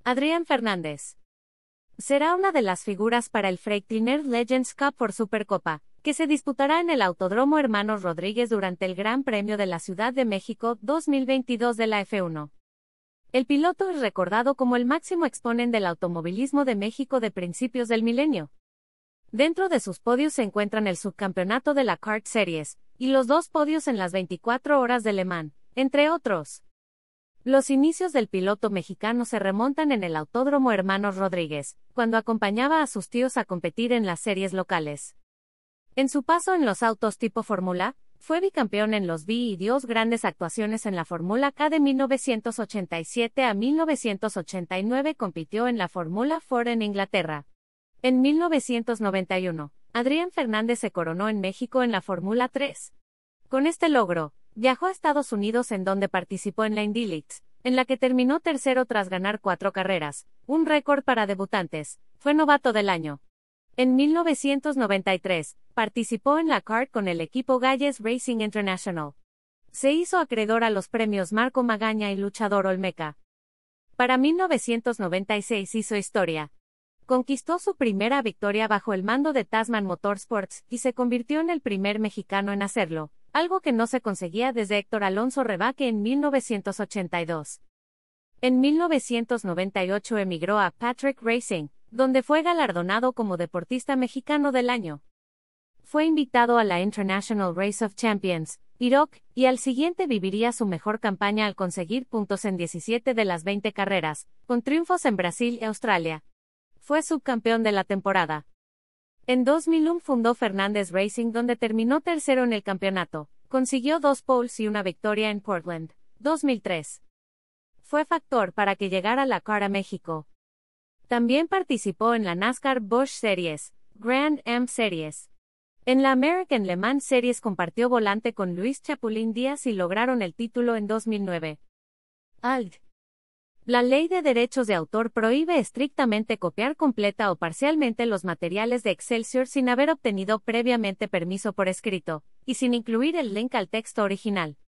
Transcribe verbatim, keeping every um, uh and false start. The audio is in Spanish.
Adrián Fernández será una de las figuras para el Freightliner Legends Cup por Supercopa, que se disputará en el Autódromo Hermanos Rodríguez durante el Gran Premio de la Ciudad de México dos mil veintidós de la F uno. El piloto es recordado como el máximo exponente del automovilismo de México de principios del milenio. Dentro de sus podios se encuentran el subcampeonato de la Kart Series, y los dos podios en las veinticuatro horas de Le Mans, entre otros. Los inicios del piloto mexicano se remontan en el Autódromo Hermanos Rodríguez, cuando acompañaba a sus tíos a competir en las series locales. En su paso en los autos tipo Fórmula, fue bicampeón en los V y dio grandes actuaciones en la Fórmula K de mil novecientos ochenta y siete a mil novecientos ochenta y nueve, compitió en la Fórmula Ford en Inglaterra. En mil novecientos noventa y uno, Adrián Fernández se coronó en México en la Fórmula tres. Con este logro, viajó a Estados Unidos en donde participó en la IndyLights, en la que terminó tercero tras ganar cuatro carreras, un récord para debutantes. Fue novato del año. En mil novecientos noventa y tres, participó en la kart con el equipo Galles Racing International. Se hizo acreedor a los premios Marco Magaña y Luchador Olmeca. Para mil novecientos noventa y seis hizo historia. Conquistó su primera victoria bajo el mando de Tasman Motorsports y se convirtió en el primer mexicano en hacerlo, algo que no se conseguía desde Héctor Alonso Rebaque en mil novecientos ochenta y dos. En mil novecientos noventa y ocho emigró a Patrick Racing, donde fue galardonado como Deportista Mexicano del Año. Fue invitado a la International Race of Champions, I R O C, y al siguiente viviría su mejor campaña al conseguir puntos en diecisiete de las veinte carreras, con triunfos en Brasil y Australia. Fue subcampeón de la temporada. En dos mil uno fundó Fernández Racing, donde terminó tercero en el campeonato. Consiguió dos poles y una victoria en Portland, dos mil tres. Fue factor para que llegara la kart a México. También participó en la NASCAR Busch Series, Grand Am Series. En la American Le Mans Series compartió volante con Luis Chapulín Díaz y lograron el título en dos mil nueve. Ald. La Ley de Derechos de Autor prohíbe estrictamente copiar completa o parcialmente los materiales de Excelsior sin haber obtenido previamente permiso por escrito, y sin incluir el link al texto original.